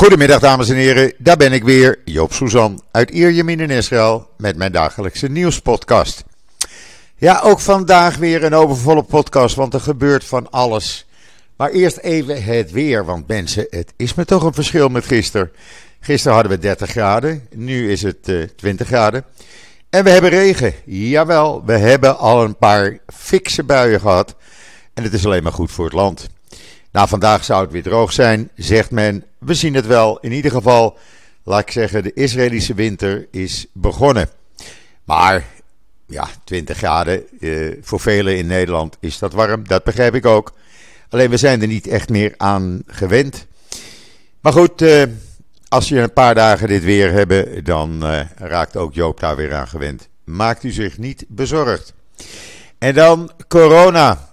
Goedemiddag dames en heren, daar ben ik weer, Joop Suzan uit Ierjemien in Israël met mijn dagelijkse nieuwspodcast. Ja, ook vandaag weer een overvolle podcast, want er gebeurt van alles. Maar eerst even het weer, want mensen, het is me toch een verschil met gisteren. Gisteren hadden we 30 graden, nu is het 20 graden. En we hebben regen, jawel, we hebben al een paar fikse buien gehad. En het is alleen maar goed voor het land. Nou, vandaag zou het weer droog zijn, zegt men. We zien het wel. In ieder geval, laat ik zeggen, de Israëlische winter is begonnen. Maar, ja, 20 graden, voor velen in Nederland is dat warm. Dat begrijp ik ook. Alleen, we zijn er niet echt meer aan gewend. Maar goed, als je een paar dagen dit weer hebt, dan raakt ook Joop daar weer aan gewend. Maakt u zich niet bezorgd. En dan corona.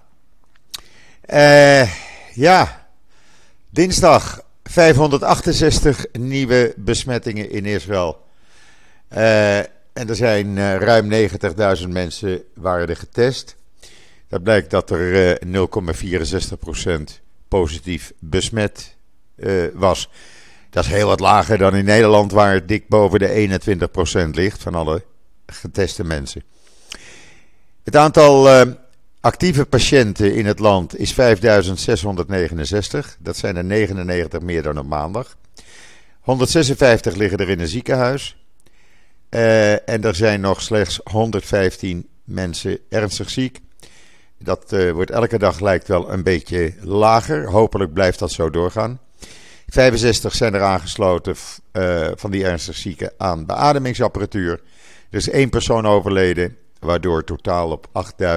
Ja, dinsdag 568 nieuwe besmettingen in Israël. En er zijn ruim 90.000 mensen waren er getest. Dat blijkt dat er 0,64% positief besmet was. Dat is heel wat lager dan in Nederland, waar het dik boven de 21% ligt van alle geteste mensen. Het aantal actieve patiënten in het land is 5.669. Dat zijn er 99 meer dan op maandag. 156 liggen er in een ziekenhuis. En er zijn nog slechts 115 mensen ernstig ziek. Dat wordt elke dag lijkt wel een beetje lager. Hopelijk blijft dat zo doorgaan. 65 zijn er aangesloten van die ernstig zieken aan beademingsapparatuur. Er is 1 persoon overleden, waardoor totaal op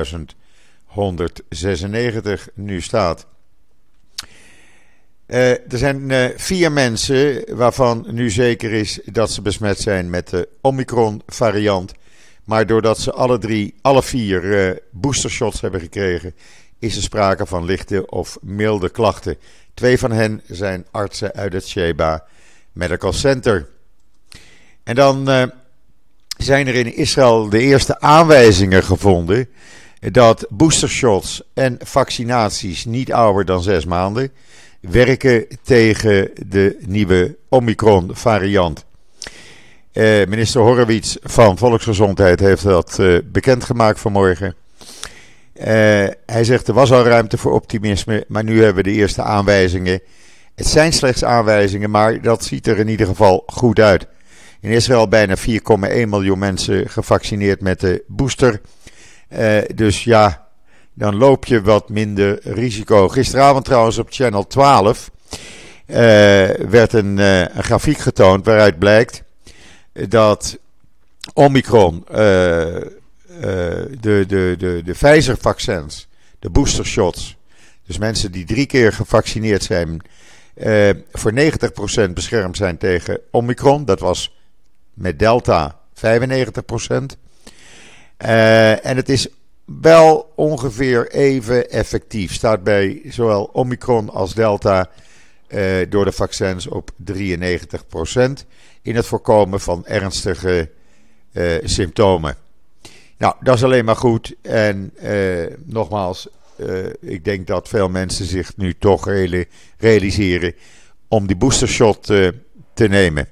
8.196 nu staat. Er zijn 4 mensen waarvan nu zeker is dat ze besmet zijn met de Omicron variant. Maar doordat ze alle 4 boostershots hebben gekregen, is er sprake van lichte of milde klachten. 2 van hen zijn artsen uit het Sheba Medical Center. En dan zijn er in Israël de eerste aanwijzingen gevonden dat boostershots en vaccinaties niet ouder dan 6 maanden werken tegen de nieuwe Omicron variant. Minister Horowitz van Volksgezondheid heeft dat bekendgemaakt vanmorgen. Hij zegt er was al ruimte voor optimisme, maar nu hebben we de eerste aanwijzingen. Het zijn slechts aanwijzingen, maar dat ziet er in ieder geval goed uit. In Israël bijna 4,1 miljoen mensen gevaccineerd met de booster. Dus ja, dan loop je wat minder risico. Gisteravond trouwens op Channel 12 werd een grafiek getoond waaruit blijkt dat Omicron, de Pfizer-vaccins, de boostershots, dus mensen die 3 keer gevaccineerd zijn, voor 90% beschermd zijn tegen Omicron. Dat was met Delta 95%. En het is wel ongeveer even effectief. Staat bij zowel Omicron als Delta door de vaccins op 93% in het voorkomen van ernstige symptomen. Nou, dat is alleen maar goed. En nogmaals, ik denk dat veel mensen zich nu toch realiseren om die boostershot te nemen.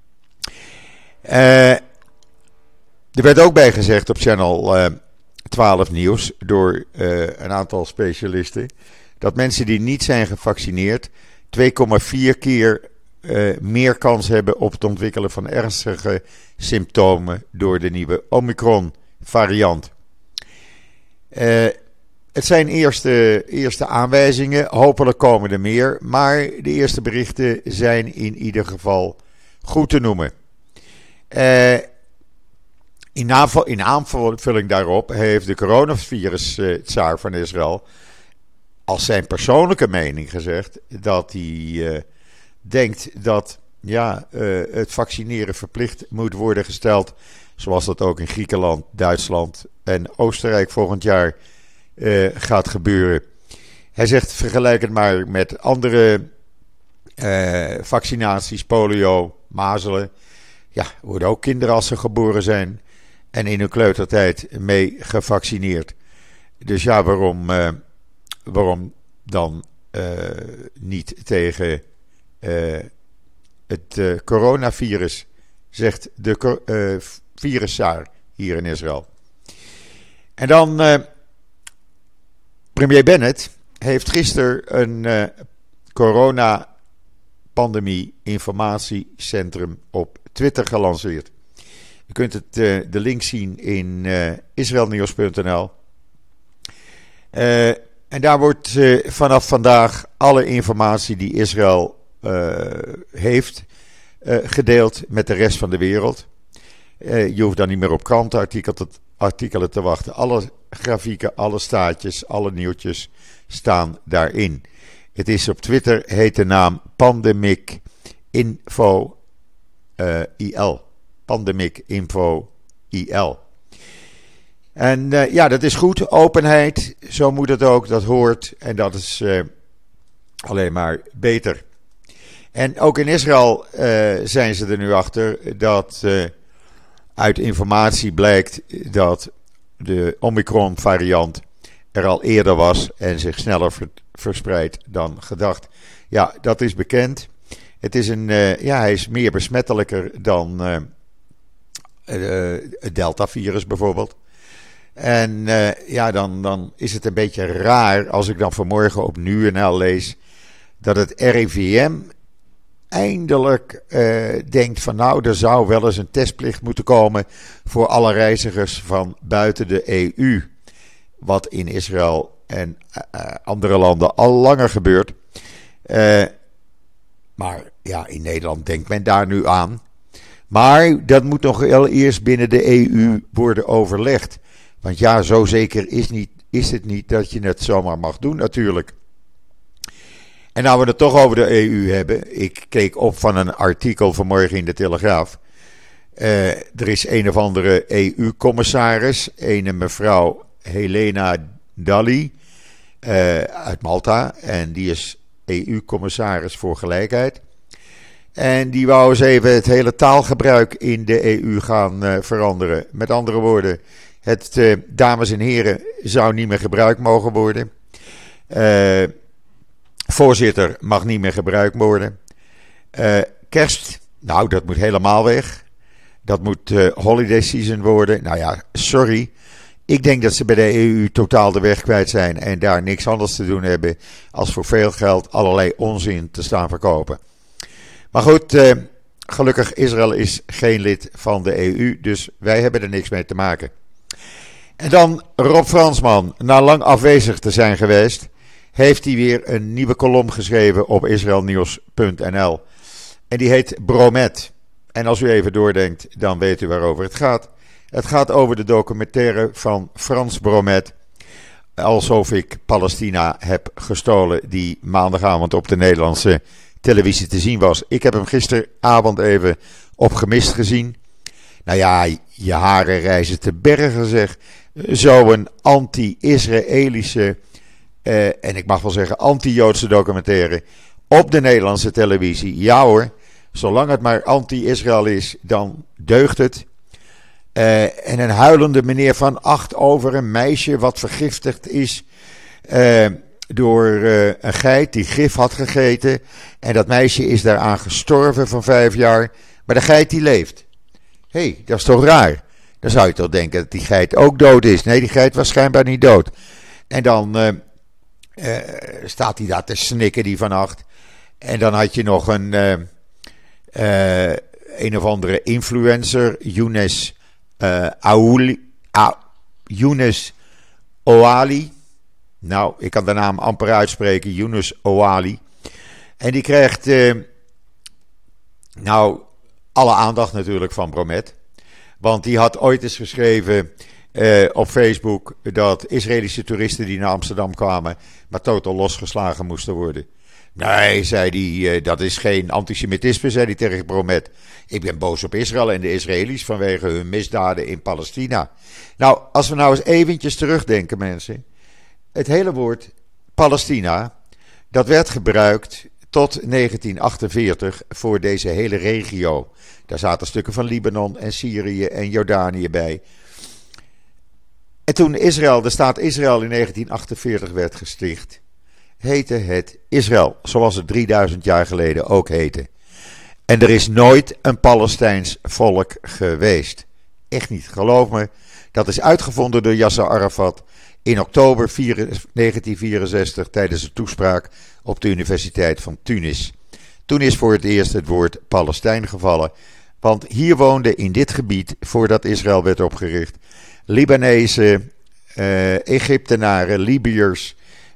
Er werd ook bij gezegd op Channel 12 Nieuws door een aantal specialisten dat mensen die niet zijn gevaccineerd 2,4 keer meer kans hebben op het ontwikkelen van ernstige symptomen door de nieuwe Omicron variant. Het zijn eerste aanwijzingen, hopelijk komen er meer, maar de eerste berichten zijn in ieder geval goed te noemen. In aanvulling daarop heeft de coronavirus-tsaar van Israël als zijn persoonlijke mening gezegd dat hij denkt dat het vaccineren verplicht moet worden gesteld, zoals dat ook in Griekenland, Duitsland en Oostenrijk volgend jaar gaat gebeuren. Hij zegt vergelijk het maar met andere vaccinaties, polio, mazelen. Ja, worden ook kinderen als ze geboren zijn en in hun kleutertijd mee gevaccineerd. Dus ja, waarom dan niet tegen het coronavirus, zegt de viruszaar hier in Israël. En dan premier Bennett heeft gisteren een corona-pandemie informatiecentrum op Twitter gelanceerd. Je kunt de link zien in israelnieuws.nl. En daar wordt vanaf vandaag alle informatie die Israël heeft gedeeld met de rest van de wereld. Je hoeft dan niet meer op krantenartikelen te wachten. Alle grafieken, alle staatjes, alle nieuwtjes staan daarin. Het is op Twitter, heet de naam Pandemic Info IL. Pandemic Info IL. En dat is goed. Openheid, zo moet het ook. Dat hoort en dat is alleen maar beter. En ook in Israël zijn ze er nu achter dat uit informatie blijkt dat de Omicron variant er al eerder was en zich sneller verspreidt dan gedacht. Ja, dat is bekend. Het is hij is meer besmettelijker dan het Delta-virus bijvoorbeeld. En dan is het een beetje raar als ik dan vanmorgen op Nu.nl lees dat het RIVM eindelijk denkt van er zou wel eens een testplicht moeten komen voor alle reizigers van buiten de EU. Wat in Israël en andere landen al langer gebeurt. Maar ja, in Nederland denkt men daar nu aan. Maar dat moet nog wel eerst binnen de EU worden overlegd. Want ja, zo zeker is het niet dat je het zomaar mag doen natuurlijk. En nou we het toch over de EU hebben. Ik keek op van een artikel vanmorgen in de Telegraaf. Er is een of andere EU-commissaris, een mevrouw Helena Dalli uit Malta. En die is EU-commissaris voor gelijkheid. En die wou eens even het hele taalgebruik in de EU gaan veranderen. Met andere woorden, het dames en heren zou niet meer gebruikt mogen worden. Voorzitter mag niet meer gebruikt worden. Kerst, dat moet helemaal weg. Dat moet holiday season worden. Nou ja, sorry. Ik denk dat ze bij de EU totaal de weg kwijt zijn en daar niks anders te doen hebben als voor veel geld allerlei onzin te staan verkopen. Maar goed, gelukkig Israël is geen lid van de EU, dus wij hebben er niks mee te maken. En dan Rob Fransman, na lang afwezig te zijn geweest, heeft hij weer een nieuwe kolom geschreven op israelnieuws.nl. En die heet Bromet. En als u even doordenkt, dan weet u waarover het gaat. Het gaat over de documentaire van Frans Bromet. Alsof ik Palestina heb gestolen, die maandagavond op de Nederlandse televisie te zien was. Ik heb hem gisteravond even op Gemist gezien. Nou ja, je haren rijzen te bergen zeg. Zo'n anti-Israëlische, en ik mag wel zeggen anti-Joodse documentaire op de Nederlandse televisie. Ja hoor, zolang het maar anti-Israël is, dan deugt het. En een huilende meneer van 8 over een meisje wat vergiftigd is door een geit die gif had gegeten. En dat meisje is daaraan gestorven van 5 jaar. Maar de geit die leeft. Hé, dat is toch raar? Dan zou je toch denken dat die geit ook dood is. Nee, die geit was schijnbaar niet dood. En dan staat hij daar te snikken, die van 8. En dan had je nog een of andere influencer, Younes Ouali. Nou, ik kan de naam amper uitspreken, Younes Ouali. En die krijgt alle aandacht natuurlijk van Bromet. Want die had ooit eens geschreven op Facebook dat Israëlische toeristen die naar Amsterdam kwamen, maar totaal losgeslagen moesten worden. Nee, zei hij, dat is geen antisemitisme, zei hij tegen Bromet. Ik ben boos op Israël en de Israëli's vanwege hun misdaden in Palestina. Nou, als we nou eens eventjes terugdenken, mensen. Het hele woord Palestina, dat werd gebruikt tot 1948 voor deze hele regio. Daar zaten stukken van Libanon en Syrië en Jordanië bij. En toen de staat Israël in 1948 werd gesticht, heette het Israël, zoals het 3000 jaar geleden ook heette. En er is nooit een Palestijns volk geweest. Echt niet, geloof me. Dat is uitgevonden door Yasser Arafat in oktober 1964 tijdens een toespraak op de Universiteit van Tunis. Toen is voor het eerst het woord Palestijn gevallen. Want hier woonden in dit gebied, voordat Israël werd opgericht, Libanezen, Egyptenaren, Libiërs,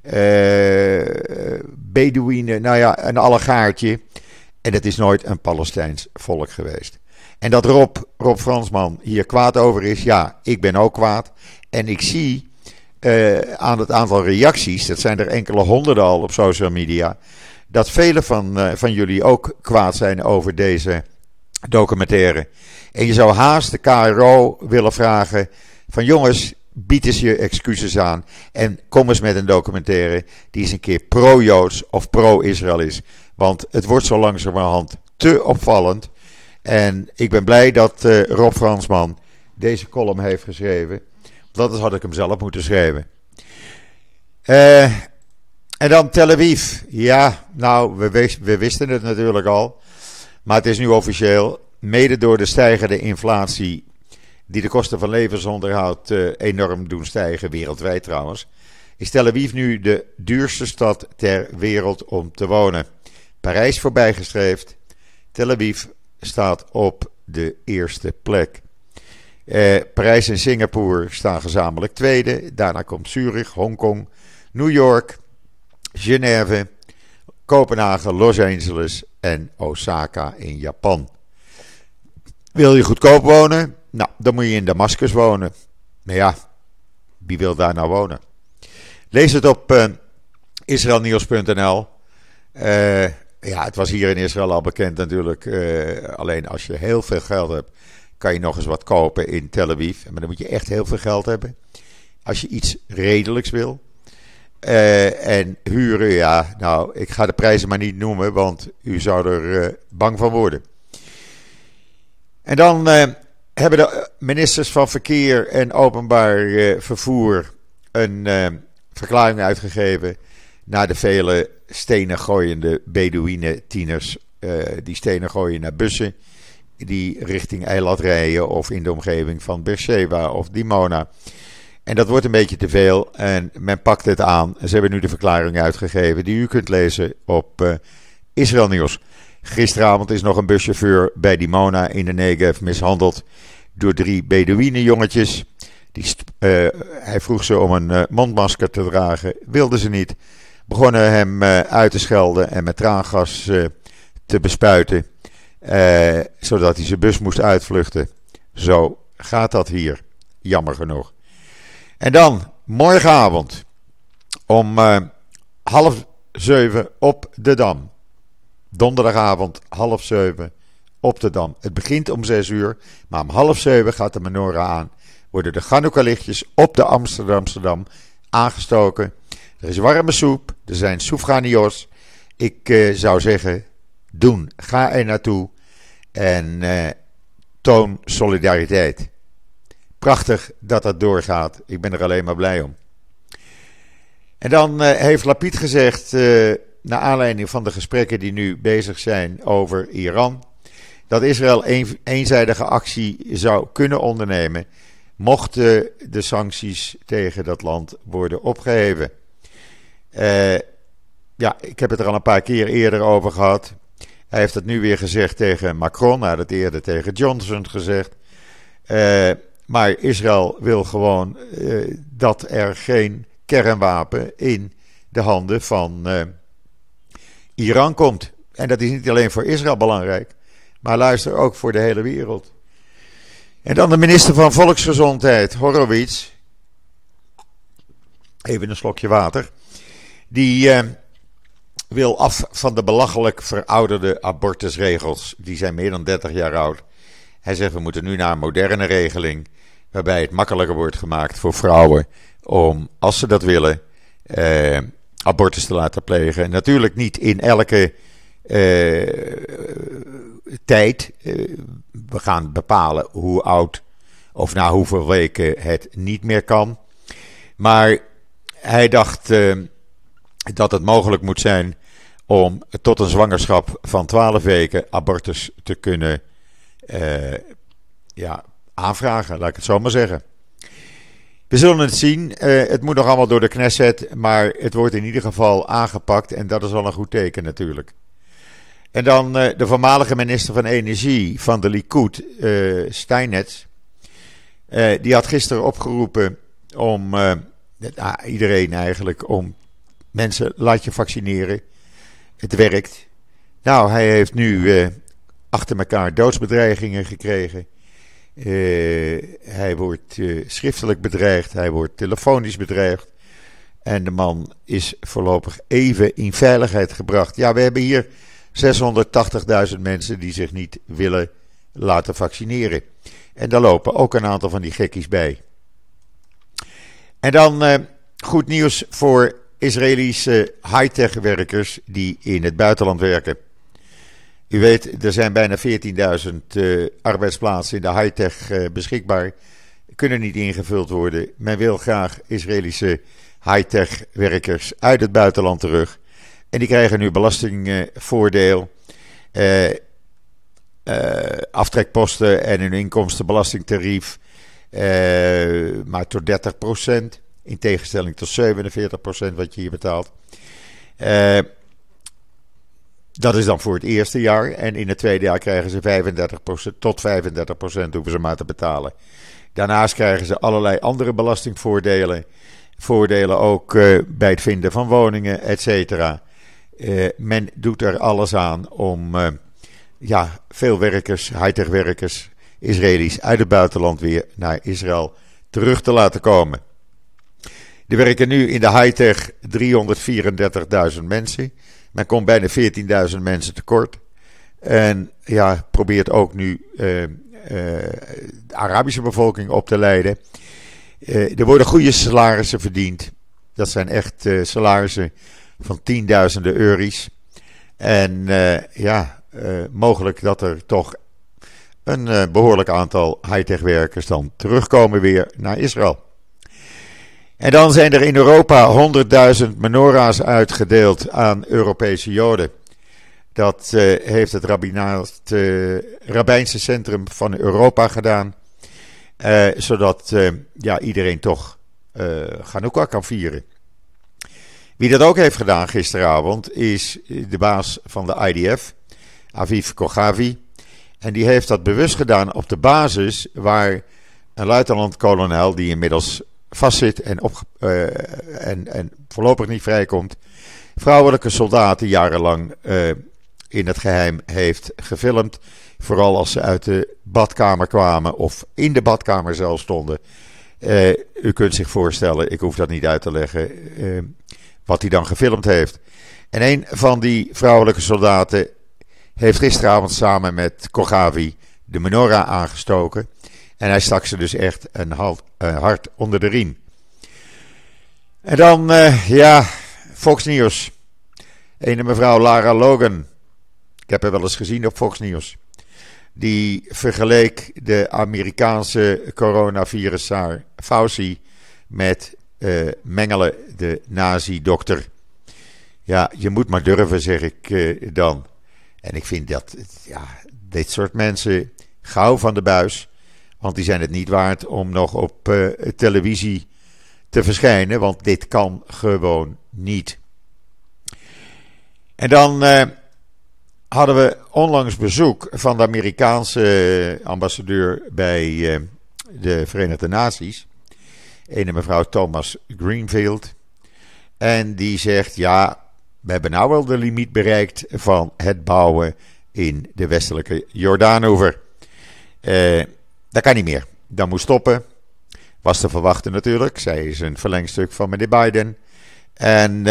Bedouinen, nou ja, een allegaartje. En het is nooit een Palestijns volk geweest. En dat Rob Fransman hier kwaad over is, ja, ik ben ook kwaad. En ik zie aan het aantal reacties, dat zijn er enkele honderden al op social media, dat velen van jullie ook kwaad zijn over deze documentaire. En je zou haast de KRO willen vragen van jongens, bied eens je excuses aan en kom eens met een documentaire die eens een keer pro-Joods of pro-Israël is. Want het wordt zo langzamerhand te opvallend. En ik ben blij dat Rob Fransman deze column heeft geschreven. Dat had ik hem zelf moeten schrijven. En dan Tel Aviv. Ja, nou, we wisten het natuurlijk al. Maar het is nu officieel. Mede door de stijgende inflatie die de kosten van levensonderhoud enorm doen stijgen, wereldwijd trouwens, is Tel Aviv nu de duurste stad ter wereld om te wonen. Parijs voorbijgestreefd. Tel Aviv staat op de eerste plek. Parijs en Singapore staan gezamenlijk tweede. Daarna komt Zurich, Hongkong, New York, Genève, Kopenhagen, Los Angeles en Osaka in Japan. Wil je goedkoop wonen? Nou, dan moet je in Damascus wonen. Maar ja, wie wil daar nou wonen? Lees het op israelnieuws.nl. Ja, het was hier in Israël al bekend natuurlijk. Alleen als je heel veel geld hebt, kan je nog eens wat kopen in Tel Aviv. Maar dan moet je echt heel veel geld hebben. Als je iets redelijks wil. En huren, ja, nou, ik ga de prijzen maar niet noemen, want u zou er bang van worden. En dan hebben de ministers van Verkeer en Openbaar Vervoer een verklaring uitgegeven naar de vele stenen gooiende Bedouinen-tieners die stenen gooien naar bussen die richting Eilat rijden of in de omgeving van Beersheba of Dimona. En dat wordt een beetje te veel en men pakt het aan. Ze hebben nu de verklaring uitgegeven die u kunt lezen op Israël Nieuws. Gisteravond is nog een buschauffeur bij Dimona in de Negev mishandeld door 3 Bedouinenjongetjes. Hij vroeg ze om een mondmasker te dragen, wilden ze niet. Begonnen hem uit te schelden en met traangas te bespuiten, zodat hij zijn bus moest uitvluchten. Zo gaat dat hier, jammer genoeg. En dan, morgenavond, om 6:30 op de Dam. Donderdagavond, 6:30 op de Dam. Het begint om 6 uur, maar om 6:30 gaat de menorah aan. Worden de Chanukka-lichtjes op de Amsterdamse Dam aangestoken. Er is warme soep, er zijn soefganios. Ik zou zeggen, doen. Ga er naartoe en toon solidariteit. Prachtig dat dat doorgaat. Ik ben er alleen maar blij om. En dan heeft Lapid gezegd, naar aanleiding van de gesprekken die nu bezig zijn over Iran, dat Israël eenzijdige actie zou kunnen ondernemen mochten de sancties tegen dat land worden opgeheven. Ja, ik heb het er al een paar keer eerder over gehad. Hij heeft het nu weer gezegd tegen Macron. Hij had het eerder tegen Johnson gezegd. Maar Israël wil gewoon dat er geen kernwapen in de handen van Iran komt. En dat is niet alleen voor Israël belangrijk, maar luister ook voor de hele wereld. En dan de minister van Volksgezondheid, Horowitz. Even een slokje water. Die wil af van de belachelijk verouderde abortusregels. Die zijn meer dan 30 jaar oud. Hij zegt, we moeten nu naar een moderne regeling, waarbij het makkelijker wordt gemaakt voor vrouwen om, als ze dat willen, abortus te laten plegen. Natuurlijk niet in elke tijd. We gaan bepalen hoe oud of na hoeveel weken het niet meer kan. Maar hij dacht dat het mogelijk moet zijn om tot een zwangerschap van 12 weken abortus te kunnen aanvragen, laat ik het zo maar zeggen. We zullen het zien. Het moet nog allemaal door de Knesset, maar het wordt in ieder geval aangepakt en dat is al een goed teken natuurlijk. En dan de voormalige minister van Energie van de Likud, Steinmetz, die had gisteren opgeroepen om iedereen eigenlijk, om mensen, laat je vaccineren. Het werkt. Nou, hij heeft nu achter elkaar doodsbedreigingen gekregen. Hij wordt schriftelijk bedreigd, hij wordt telefonisch bedreigd. En de man is voorlopig even in veiligheid gebracht. Ja, we hebben hier 680.000 mensen die zich niet willen laten vaccineren. En daar lopen ook een aantal van die gekkies bij. En dan goed nieuws voor Israëlische high-tech werkers die in het buitenland werken. U weet, er zijn bijna 14.000 arbeidsplaatsen in de high-tech beschikbaar. Kunnen niet ingevuld worden. Men wil graag Israëlische high-tech werkers uit het buitenland terug. En die krijgen nu belastingvoordeel, aftrekposten en een inkomstenbelastingtarief, maar tot 30%. In tegenstelling tot 47% wat je hier betaalt. Dat is dan voor het eerste jaar. En in het tweede jaar krijgen ze 35%, tot 35% hoeven ze maar te betalen. Daarnaast krijgen ze allerlei andere belastingvoordelen. Voordelen ook bij het vinden van woningen, et cetera. Men doet er alles aan om veel werkers, high-tech werkers, Israëli's uit het buitenland weer naar Israël terug te laten komen. Er werken nu in de high-tech 334.000 mensen. Men komt bijna 14.000 mensen tekort. En probeert ook nu de Arabische bevolking op te leiden. Er worden goede salarissen verdiend. Dat zijn echt salarissen van tienduizenden euro's. En mogelijk dat er toch een behoorlijk aantal high-tech werkers dan terugkomen weer naar Israël. En dan zijn er in Europa 100.000 menorah's uitgedeeld aan Europese Joden. Dat heeft het Rabbijnse Centrum van Europa gedaan. Zodat iedereen toch Chanukka kan vieren. Wie dat ook heeft gedaan gisteravond is de baas van de IDF, Aviv Kochavi. En die heeft dat bewust gedaan op de basis waar een luitenant-kolonel die inmiddels vastzit en voorlopig niet vrijkomt, vrouwelijke soldaten jarenlang in het geheim heeft gefilmd. Vooral als ze uit de badkamer kwamen of in de badkamer zelf stonden. U kunt zich voorstellen, ik hoef dat niet uit te leggen, wat hij dan gefilmd heeft. En een van die vrouwelijke soldaten heeft gisteravond samen met Kochavi de menorah aangestoken. En hij stak ze dus echt een hart onder de riem. En dan, Fox News. Ene mevrouw Lara Logan. Ik heb haar wel eens gezien op Fox News. Die vergeleek de Amerikaanse coronaviruszaar Fauci met Mengele, de nazi-dokter. Ja, je moet maar durven, zeg ik dan. En ik vind dat, dit soort mensen gauw van de buis. Want die zijn het niet waard om nog op televisie te verschijnen. Want dit kan gewoon niet. En dan hadden we onlangs bezoek van de Amerikaanse ambassadeur bij de Verenigde Naties. Ene mevrouw Thomas Greenfield. En die zegt, we hebben nou wel de limiet bereikt van het bouwen in de westelijke Jordaanoever. Dat kan niet meer. Dat moet stoppen. Was te verwachten natuurlijk. Zij is een verlengstuk van meneer Biden. En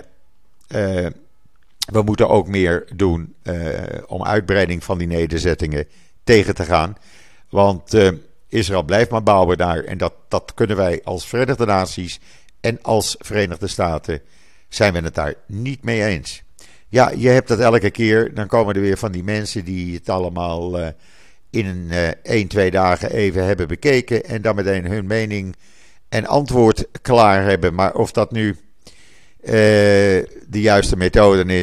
we moeten ook meer doen om uitbreiding van die nederzettingen tegen te gaan. Want Israël blijft maar bouwen daar. En dat kunnen wij als Verenigde Naties en als Verenigde Staten zijn we het daar niet mee eens. Ja, je hebt dat elke keer. Dan komen er weer van die mensen die het allemaal in 1-2 dagen even hebben bekeken. En dan meteen hun mening en antwoord klaar hebben. Maar of dat nu de juiste methode is,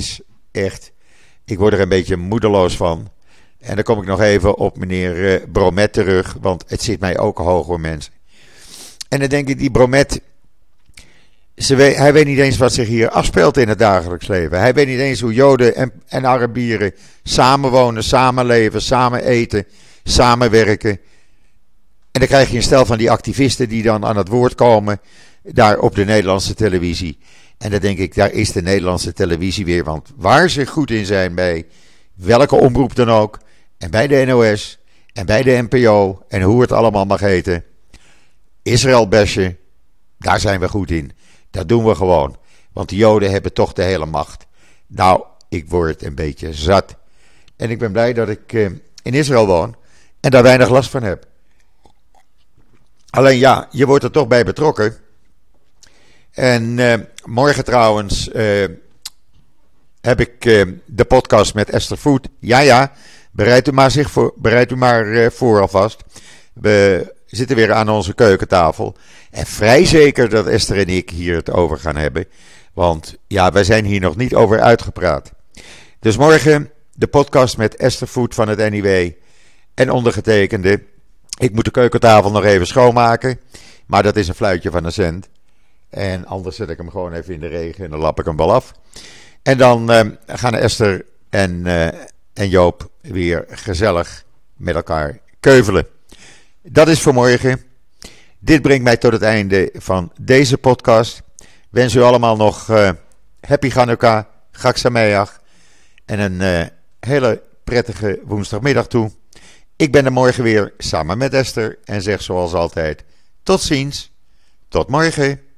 echt, ik word er een beetje moedeloos van. En dan kom ik nog even op meneer Bromet terug, want het zit mij ook hoog hoor mensen. En dan denk ik, die Bromet, hij weet niet eens wat zich hier afspeelt in het dagelijks leven. Hij weet niet eens hoe Joden en Arabieren samenwonen, samenleven, samen eten, samenwerken. En dan krijg je een stel van die activisten die dan aan het woord komen daar op de Nederlandse televisie. En dan denk ik, daar is de Nederlandse televisie weer. Want waar ze goed in zijn bij welke omroep dan ook. En bij de NOS en bij de NPO en hoe het allemaal mag heten. Israël bashen, daar zijn we goed in. Dat doen we gewoon. Want de Joden hebben toch de hele macht. Nou, ik word een beetje zat. En ik ben blij dat ik in Israël woon en daar weinig last van heb. Alleen ja, je wordt er toch bij betrokken. En morgen trouwens heb ik de podcast met Esther Voet. Ja, bereid u maar voor alvast. We zitten weer aan onze keukentafel. En vrij zeker dat Esther en ik hier het over gaan hebben. Want ja, wij zijn hier nog niet over uitgepraat. Dus morgen de podcast met Esther Voet van het NIW en ondergetekende. Ik moet de keukentafel nog even schoonmaken. Maar dat is een fluitje van een cent. En anders zet ik hem gewoon even in de regen en dan lap ik hem wel af. En dan gaan Esther en Joop weer gezellig met elkaar keuvelen. Dat is voor morgen. Dit brengt mij tot het einde van deze podcast. Wens u allemaal nog happy Chanukah, Chag Sameach en een hele prettige woensdagmiddag toe. Ik ben er morgen weer samen met Esther en zeg zoals altijd tot ziens, tot morgen.